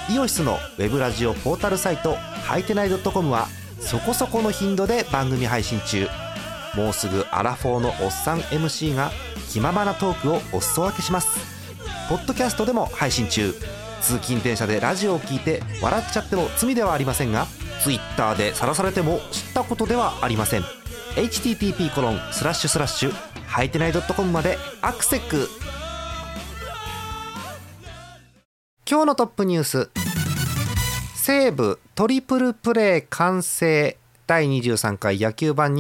イオシスのウェブラジオポータルサイトはいてない .com はそこそこの頻度で番組配信中。もうすぐアラフォーのおっさん MC が気ままなトークをお裾分けします。ポッドキャストでも配信中。通勤電車でラジオを聞いて笑っちゃっても罪ではありませんが、 Twitter で晒されても知ったことではありません。 http:// はいてない .com までアクセック。今日のトップニュース、西武トリプルプレー完成、第23回野球盤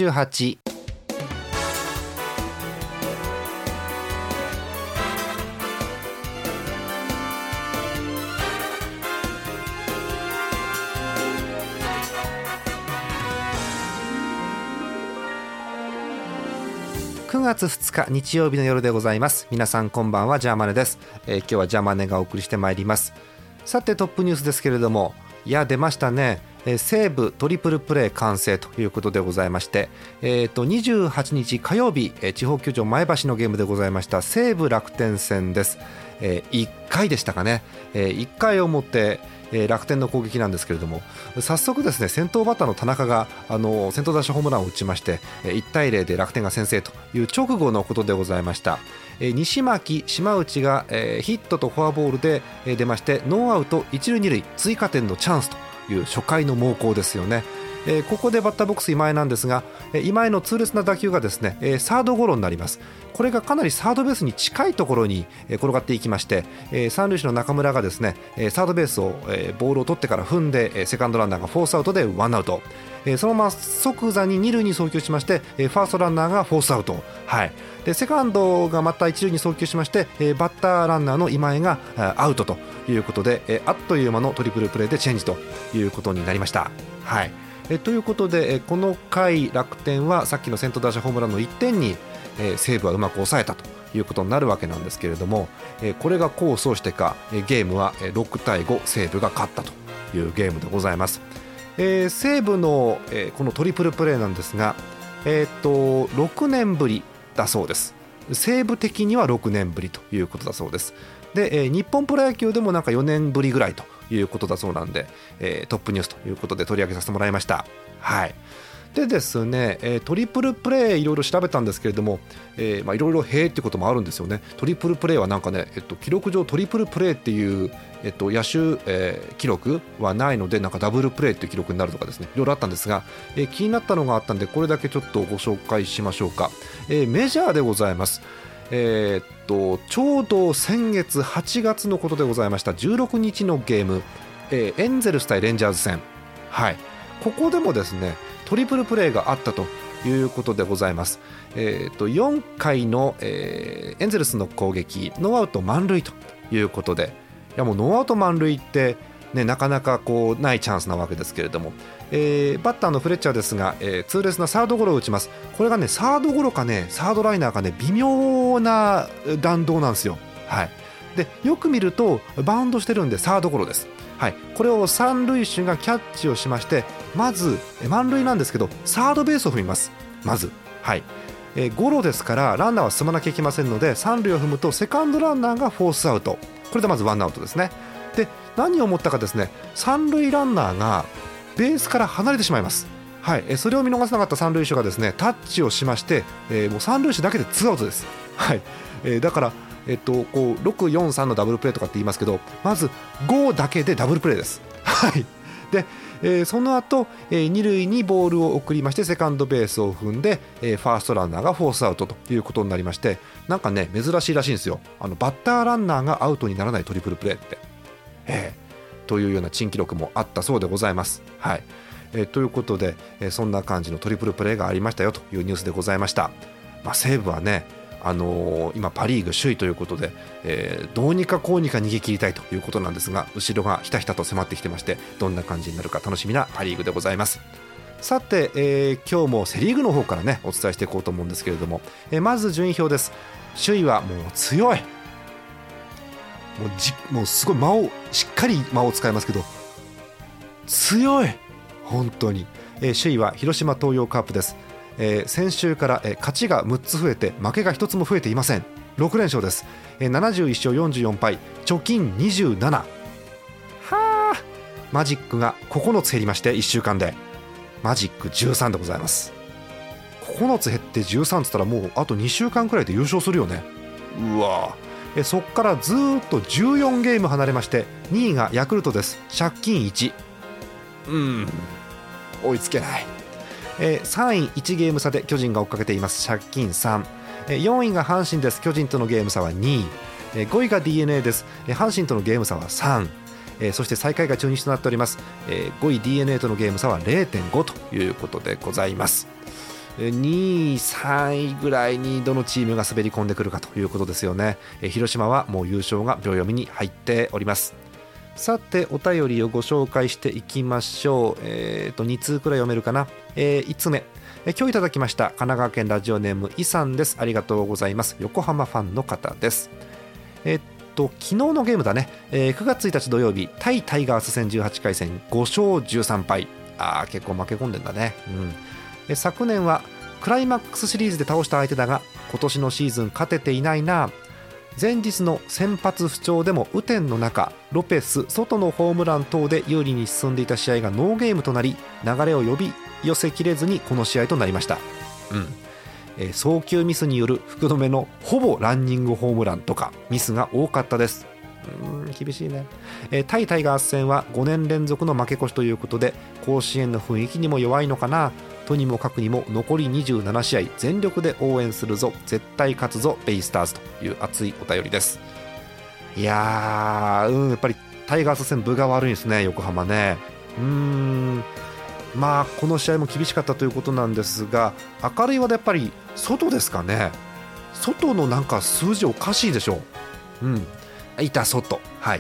2018。9月2日日曜日の夜でございます。皆さんこんばんは、ジャーマネです。今日はジャーマネがお送りしてまいります。さてトップニュースですけれども、いや出ましたね。西武トリプルプレー完成ということでございまして、28日火曜日、地方球場前橋のゲームでございました西武楽天戦です。1回でしたかね。1回をもって楽天の攻撃なんですけれども、早速ですね、先頭バッターの田中が先頭打者ホームランを打ちまして、1対0で楽天が先制という直後のことでございました。西牧、島内がヒットとフォアボールで出まして、ノーアウト1塁2塁、追加点のチャンスという初回の猛攻ですよね。ここでバッターボックス今江なんですが、今江の痛烈な打球がですね、サードゴロになります。これがかなりサードベースに近いところに転がっていきまして、三塁手の中村がですね、サードベースをボールを取ってから踏んで、セカンドランナーがフォースアウトでワンアウト、そのまま即座に二塁に送球しまして、ファーストランナーがフォースアウト、でセカンドがまた一塁に送球しまして、バッターランナーの今江がアウトということで、あっという間のトリプルプレーでチェンジということになりました。ということで、この回楽天はさっきの先頭打者ホームランの1点に、西武はうまく抑えたということになるわけなんですけれども、これが功を奏してか、ゲームは6対5西武が勝ったというゲームでございます。西武の、このトリプルプレーなんですが、6年ぶりだそうです。西武的には6年ぶりということだそうです。で、日本プロ野球でもなんか4年ぶりぐらいということだそうなんで、トップニュースということで取り上げさせてもらいました。でですね、トリプルプレーいろいろ調べたんですけれども、いろいろへーってこともあるんですよね。トリプルプレーはなんかね、記録上トリプルプレーっていう、野手、記録はないので、なんかダブルプレーっていう記録になるとかですね、いろいろあったんですが、気になったのがあったんで、これだけちょっとご紹介しましょうか。メジャーでございます。ちょうど先月8月のことでございました。16日のゲーム、エンゼルス対レンジャーズ戦、ここでもですねトリプルプレーがあったということでございます。4回の、エンゼルスの攻撃、ノーアウト満塁ということで、いやもうノーアウト満塁ってね、なかなかこうないチャンスなわけですけれども、バッターのフレッチャーですが、痛烈なサードゴロを打ちます。これがねサードゴロかねサードライナーかね、微妙な弾道なんですよ。でよく見るとバウンドしてるんでサードゴロです。これを三塁手がキャッチをしまして、まず満塁なんですけどサードベースを踏みます。まずゴロですからランナーは進まなきゃいけませんので、三塁を踏むとセカンドランナーがフォースアウト、これでまずワンアウトですね。で何を思ったかですね、三塁ランナーがベースから離れてしまいます。それを見逃せなかった三塁手がですねタッチをしまして、もう三塁手だけでツーアウトです。だからこう643のダブルプレーとかって言いますけど、まず5だけでダブルプレーです。で、その後、2塁にボールを送りましてセカンドベースを踏んで、ファーストランナーがフォースアウトということになりまして、なんかね珍しいらしいんですよ。バッターランナーがアウトにならないトリプルプレーって、というような珍記録もあったそうでございます。ということで、そんな感じのトリプルプレーがありましたよというニュースでございました。西武はね今パリーグ首位ということで、どうにかこうにか逃げ切りたいということなんですが、後ろがひたひたと迫ってきてまして、どんな感じになるか楽しみなパリーグでございます。さて、今日もセリーグの方からねお伝えしていこうと思うんですけれども、まず順位表です。首位はもう強い、もうすごいしっかり間を使いますけど強い本当に。首位は広島東洋カープです。先週から勝ちが6つ増えて負けが1つも増えていません。6連勝です。71勝44敗、貯金27。 マジックが9つ減りまして、1週間でマジック13でございます。9つ減って13つったらもうあと2週間くらいで優勝するよね。うわ、そっからずっと14ゲーム離れまして、2位がヤクルトです。借金1。追いつけない。3位1ゲーム差で巨人が追っかけています。借金3。4位が阪神です。巨人とのゲーム差は2位。5位が DNA です。阪神とのゲーム差は3。そして最下位が中日となっております。5位 DNA とのゲーム差は 0.5 ということでございます。2位3位ぐらいにどのチームが滑り込んでくるかということですよね。広島はもう優勝が秒読みに入っております。さてお便りをご紹介していきましょう。2通くらい読めるかな。1つ目、今日いただきました神奈川県ラジオネームイさんです。ありがとうございます。横浜ファンの方です。昨日のゲームだね、9月1日土曜日対タイガース戦18回戦5勝13敗。結構負け込んでんだね。昨年はクライマックスシリーズで倒した相手だが、今年のシーズン勝てていないな。前日の先発不調でも雨天の中、ロペス外のホームラン等で有利に進んでいた試合がノーゲームとなり、流れを呼び寄せきれずにこの試合となりました。送球ミスによる福留のほぼランニングホームランとかミスが多かったです。厳しいね。対タイガース戦は5年連続の負け越しということで、甲子園の雰囲気にも弱いのかな。とにもかくにも残り27試合全力で応援するぞ、絶対勝つぞベイスターズという熱いお便りです。いやー、やっぱりタイガース戦分が悪いですね、横浜ね。この試合も厳しかったということなんですが、明るいはやっぱり外ですかね。外のなんか数字おかしいでしょ。いた外。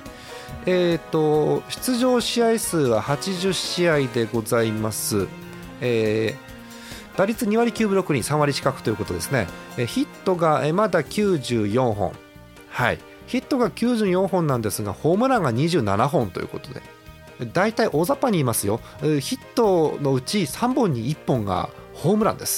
出場試合数は80試合でございます。打率2割9分6厘、3割近くということですね。ヒットがまだ94本。ヒットが94本なんですが、ホームランが27本ということで、だいたい大雑把に言いますよ。ヒットのうち3本に1本がホームランです。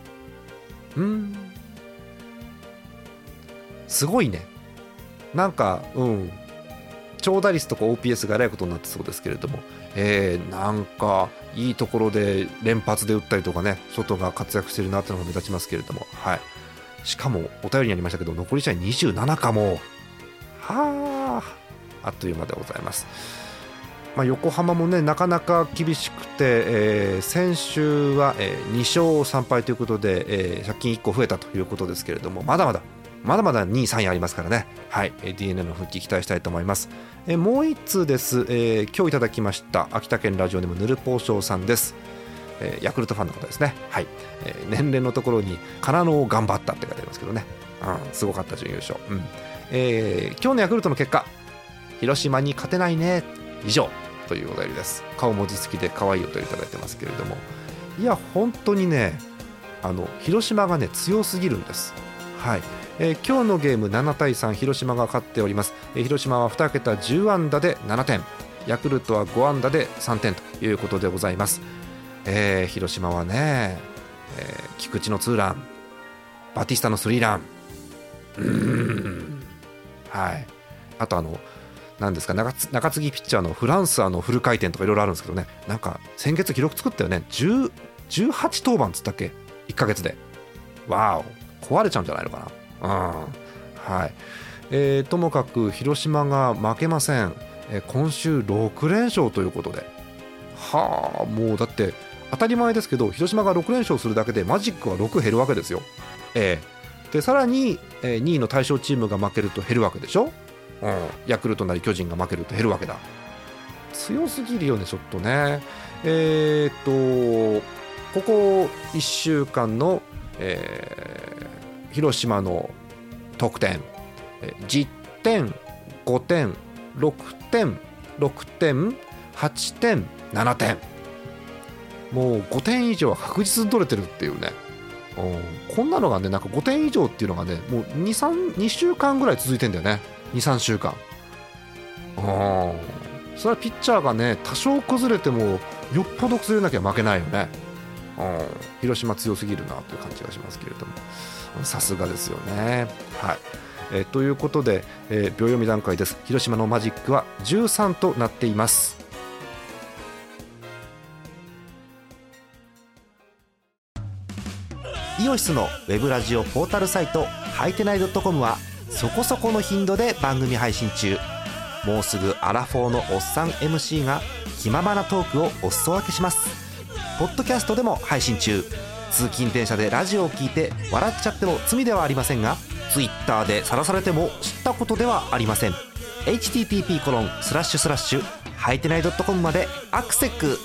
すごいね。なんか長打率とか OPS がえらいことになってそうですけれども、なんかいいところで連発で打ったりとかね、外が活躍しているなというのが目立ちますけれども、しかもお便りにありましたけど、残り試合27かも。あっという間でございます。横浜もね、なかなか厳しくて、先週は、2勝3敗ということで、借金1個増えたということですけれども、まだまだ2位3位ありますからね。DNA の復帰期待したいと思います。もう1通です。今日いただきました秋田県ラジオネームぬるぽうしょうさんです。ヤクルトファンの方ですね。年齢のところにカナノを頑張ったって書いてありますけどね。すごかった準優勝。今日のヤクルトの結果、広島に勝てないね以上というお便りです。顔文字付きで可愛いお便りいただいてますけれども、いや本当にね、広島がね強すぎるんです。今日のゲーム7対3、広島が勝っております。広島は2桁10安打で7点、ヤクルトは5安打で3点ということでございます。広島はね、菊池のツーラン、バティスタのスリーラン、あとなんですか、中継ぎピッチャーのフランスフル回転とかいろいろあるんですけどね、なんか先月記録作ったよね。18登板つったっけ、1ヶ月で。わお、壊れちゃうんじゃないのかな。ともかく広島が負けません。今週6連勝ということで、もうだって当たり前ですけど、広島が6連勝するだけでマジックは6減るわけですよ。でさらに、2位の対象チームが負けると減るわけでしょ。ヤクルトなり巨人が負けると減るわけだ。強すぎるよね、ちょっとね。ここ1週間の、広島の得点、10点、5点、6点、6点、8点、7点、もう5点以上は確実に取れてるっていうね。こんなのがね、なんか5点以上っていうのがね、もう 2週間ぐらい続いてんだよね。2、3週間。それはピッチャーがね多少崩れてもよっぽど崩れなきゃ負けないよね。広島強すぎるなという感じがしますけれども、さすがですよね。ということで、秒読み段階です。広島のマジックは13となっています。 イオシスのウェブラジオポータルサイトはいてない .com はそこそこの頻度で番組配信中。もうすぐアラフォーのおっさん MC が気ままなトークをお裾分けします。ポッドキャストでも配信中。通勤電車でラジオを聞いて笑っちゃっても罪ではありませんが、 Twitter で晒されても知ったことではありません。 http:// はいてない .com までアクセック。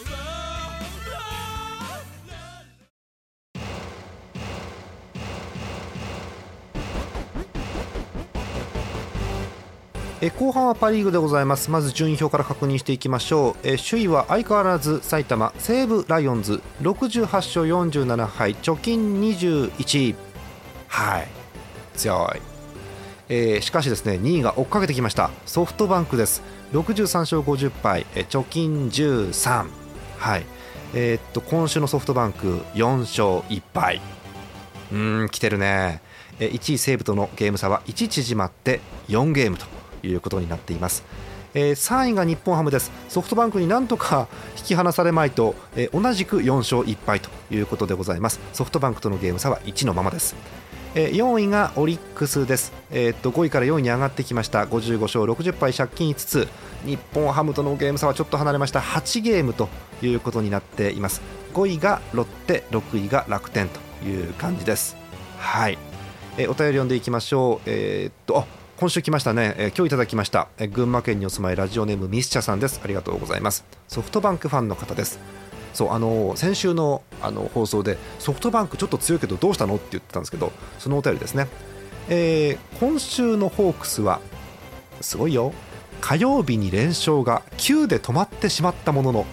後半はパ・リーグでございます。まず順位表から確認していきましょう。首位は相変わらず埼玉西武ライオンズ68勝47敗貯金21。はい強い。しかしですね、2位が追っかけてきましたソフトバンクです。63勝50敗貯金13。はい。今週のソフトバンク4勝1敗。来てるね。1位西武とのゲーム差は1縮まって4ゲームということになっています。3位が日本ハムです。ソフトバンクになんとか引き離されまいと、同じく4勝1敗ということでございます。ソフトバンクとのゲーム差は1のままです。4位がオリックスです。5位から4位に上がってきました。55勝60敗借金5つ。日本ハムとのゲーム差はちょっと離れました。8ゲームということになっています。5位がロッテ6位が楽天という感じです。はい。お便り読んでいきましょう。今週来ましたね。今日いただきました。群馬県にお住まいラジオネームミスチャさんです。ありがとうございます。ソフトバンクファンの方です。そう先週の、放送でソフトバンクちょっと強いけどどうしたのって言ってたんですけど、そのお便りですね。今週のホークスはすごいよ。火曜日に連勝が9で止まってしまったものの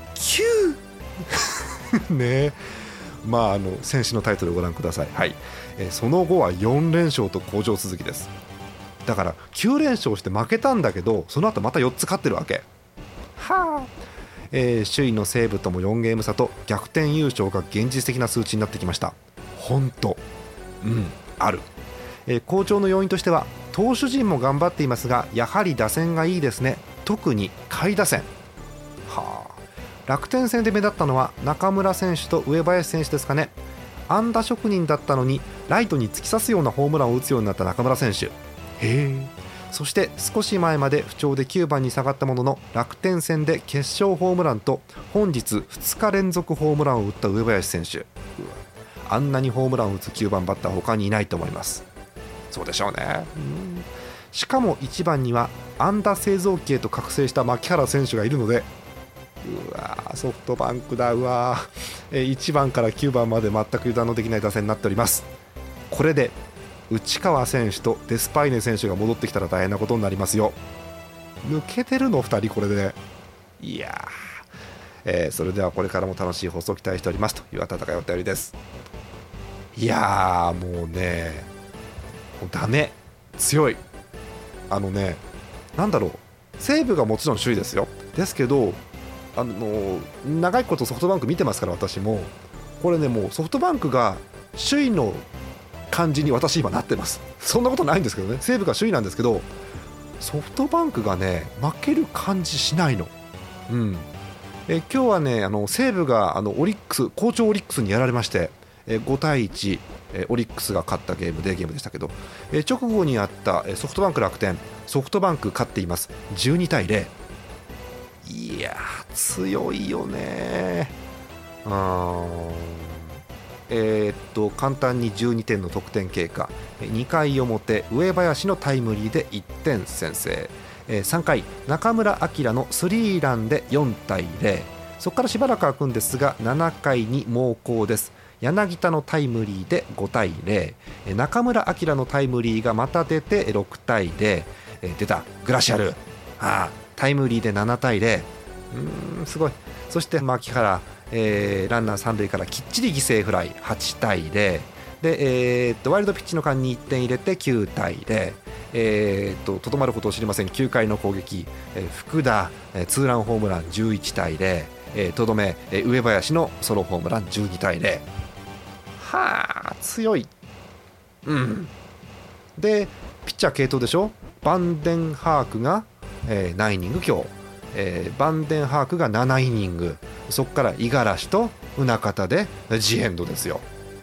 9! ね。まあ選手のタイトルをご覧ください。はい。その後は4連勝と好調続きです。だから9連勝して負けたんだけど、その後また4つ勝ってるわけ。はあ。首位の西武とも4ゲーム差と逆転優勝が現実的な数値になってきました。本当ある。好調の要因としては投手陣も頑張っていますが、やはり打線がいいですね。特に下位打線。はあ。楽天戦で目立ったのは中村選手と上林選手ですかね。安打職人だったのにライトに突き刺すようなホームランを打つようになった中村選手。そして少し前まで不調で9番に下がったものの、楽天戦で決勝ホームランと本日2日連続ホームランを打った上林選手。あんなにホームランを打つ9番バッター他にいないと思います。そうでしょうね。しかも1番には安打製造機へと覚醒した牧原選手がいるので、ソフトバンクだ。1番から9番まで全く油断のできない打線になっております。これで内川選手とデスパイネ選手が戻ってきたら大変なことになりますよ。抜けてるの2人これで。いやそれではこれからも楽しい放送を期待しておりますという温かいお便りです。いやもうね、もうダメ強い。なんだろう、西武がもちろん首位ですよ。ですけど長いことソフトバンク見てますから、私もこれね、もうソフトバンクが首位の感じに私今なってます。そんなことないんですけどね。西武が首位なんですけど、ソフトバンクがね負ける感じしないの。今日はね西武がオリックス好調オリックスにやられまして、5対1、オリックスが勝ったゲームでしたけど、直後にあったソフトバンク楽天、ソフトバンク勝っています。12対0。いや強いよね。簡単に12点の得点経過。2回表上林のタイムリーで1点先制。3回中村晃のスリーランで4対0。そこからしばらく空くんですが、7回に猛攻です。柳田のタイムリーで5対0。中村晃のタイムリーがまた出て6対0。出たグラシアル、タイムリーで7対0。すごい。そして牧原、ランナー3塁からきっちり犠牲フライ8対0で、ワイルドピッチの間に1点入れて9対0。とどまることを知りません9回の攻撃、福田、ツーランホームラン11対0。とどめ、上林のソロホームラン12対0。強い。でピッチャー継投でしょ。バンデンハークが、9イニング今日、バンデンハークが7イニング、そこから五十嵐と宗像でジエンドですよ。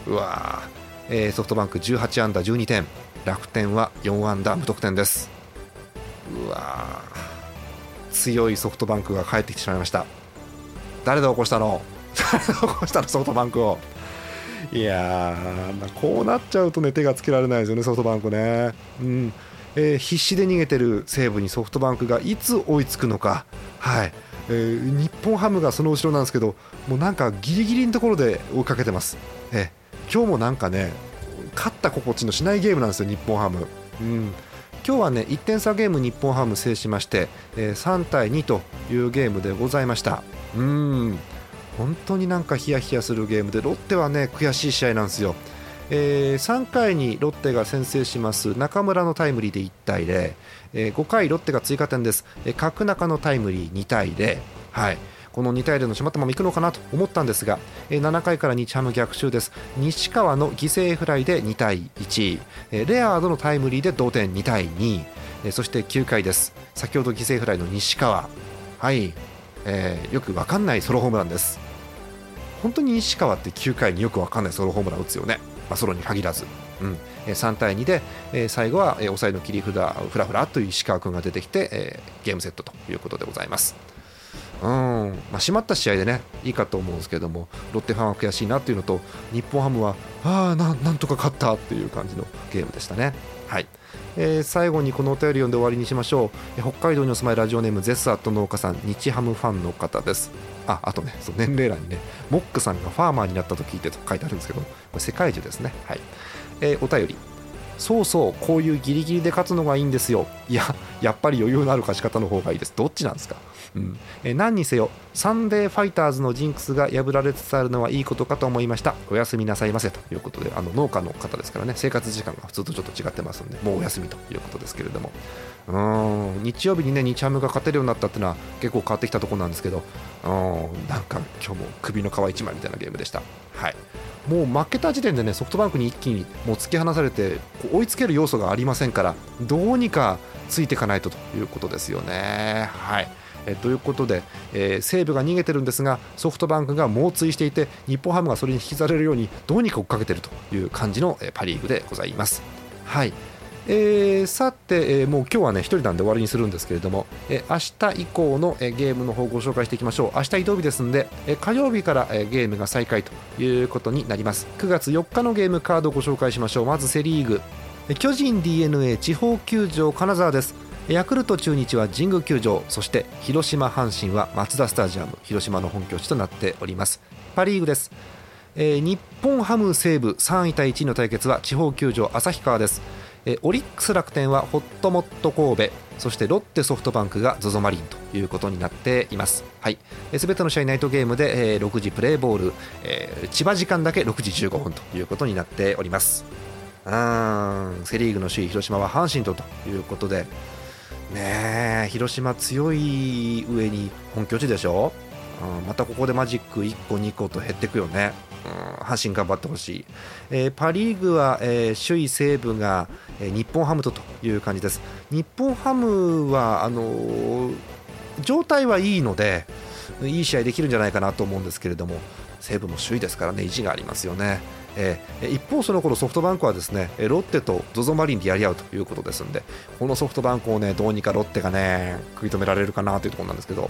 うわソフトバンク18安打12点、楽天は4安打無得点です。うわ強いソフトバンクが帰ってきてしまいました。誰で起こしたの誰で起こしたのソフトバンクを。いやこうなっちゃうとね、手がつけられないですよねソフトバンクね。必死で逃げてる西武にソフトバンクがいつ追いつくのか。はい、日本ハムがその後ろなんですけど、もうなんかギリギリのところで追いかけてます。今日もなんかね勝った心地のしないゲームなんですよ日本ハム。今日はね1点差ゲーム日本ハム制しまして、3対2というゲームでございました。本当になんかヒヤヒヤするゲームで、ロッテはね悔しい試合なんですよ。3回にロッテが先制します。中村のタイムリーで1対0、5回ロッテが追加点です。角中のタイムリー2対0、この2対0の締まったままいくのかなと思ったんですが、7回から日ハム逆襲です。西川の犠牲フライで2対1、レアードのタイムリーで同点2対2、そして9回です。先ほど犠牲フライの西川、よく分かんないソロホームランです。本当に西川って9回によく分かんないソロホームラン打つよね。ソロに限らず、3対2で、最後は、抑えの切り札フラフラという石川君が出てきて、ゲームセットということでございます。締まった試合でねいいかと思うんですけれども、ロッテファンは悔しいなっていうのと、日本ハムはなんとか勝ったっていう感じのゲームでしたね。最後にこのお便り読んで終わりにしましょう。北海道にお住まいラジオネームゼスアット農家さん、日ハムファンの方です。あとね、その年齢欄にねモックさんがファーマーになったと聞いてと書いてあるんですけど、これ世界中ですね。お便り、そうこういうギリギリで勝つのがいいんですよ。やっぱり余裕のある勝ち方の方がいいです。どっちなんですか。何にせよサンデーファイターズのジンクスが破られつつあるのはいいことかと思いました。おやすみなさいませということで、農家の方ですからね、生活時間が普通とちょっと違ってますので、もうお休みということですけれども、日曜日にね日ハムが勝てるようになったっていうのは結構変わってきたところなんですけど、なんか今日も首の皮一枚みたいなゲームでした。もう負けた時点でねソフトバンクに一気にもう突き放されて追いつける要素がありませんから、どうにかついていかないとということですよね。ということで、西武が逃げてるんですが、ソフトバンクが猛追していて、日本ハムがそれに引きずられるようにどうにか追っかけてるという感じの、パリーグでございます。さて、もう今日はね一人なんで終わりにするんですけれども、明日以降の、ゲームの方をご紹介していきましょう。明日移動日ですので、火曜日から、ゲームが再開ということになります。9月4日のゲームカードをご紹介しましょう。まずセリーグ、巨人 DNA 地方球場金沢です。ヤクルト中日は神宮球場、そして広島阪神はマツダスタジアム、広島の本拠地となっております。パリーグです。日本ハム西武3位対1位の対決は地方球場旭川です。オリックス楽天はホットモット神戸、そしてロッテソフトバンクが ZOZO マリンということになっています。すべての試合ナイトゲームで、6時プレーボール、千葉時間だけ6時15分ということになっております。セリーグの首位広島は阪神ということでね、広島強い上に本拠地でしょ。またここでマジック1個2個と減っていくよね。阪神頑張ってほしい。パリーグは、首位西武が、日本ハムという感じです。日本ハムは状態はいいのでいい試合できるんじゃないかなと思うんですけれども、西武も首位ですからね、意地がありますよね。一方その頃ソフトバンクはですねロッテと ZOZO マリンでやり合うということですので、このソフトバンクをねどうにかロッテがね食い止められるかなというところなんですけど、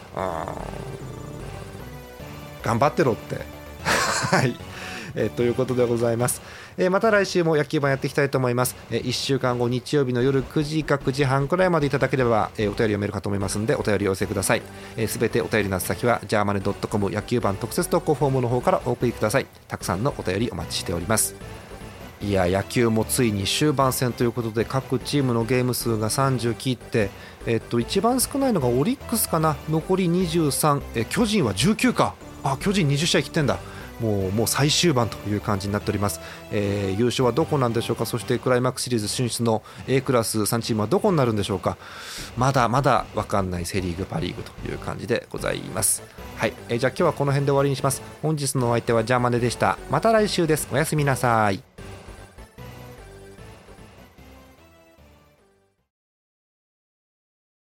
頑張ってロッテということでございます。また来週も野球版やっていきたいと思います。1週間後日曜日の夜9時か9時半くらいまでいただければ、お便り読めるかと思いますのでお便りを寄せください。すべてお便りの先はジャーマネ .com 野球版特設投稿フォームの方からお送りください。たくさんのお便りお待ちしております。いや野球もついに終盤戦ということで、各チームのゲーム数が30切って、一番少ないのがオリックスかな、残り23、巨人は19か。巨人20試合切ってんだ。もう最終盤という感じになっております。優勝はどこなんでしょうか。そしてクライマックスシリーズ進出の A クラス3チームはどこになるんでしょうか。まだまだ分かんないセリーグパリーグという感じでございます。じゃあ今日はこの辺で終わりにします。本日のお相手はジャーマネでした。また来週です。おやすみなさい。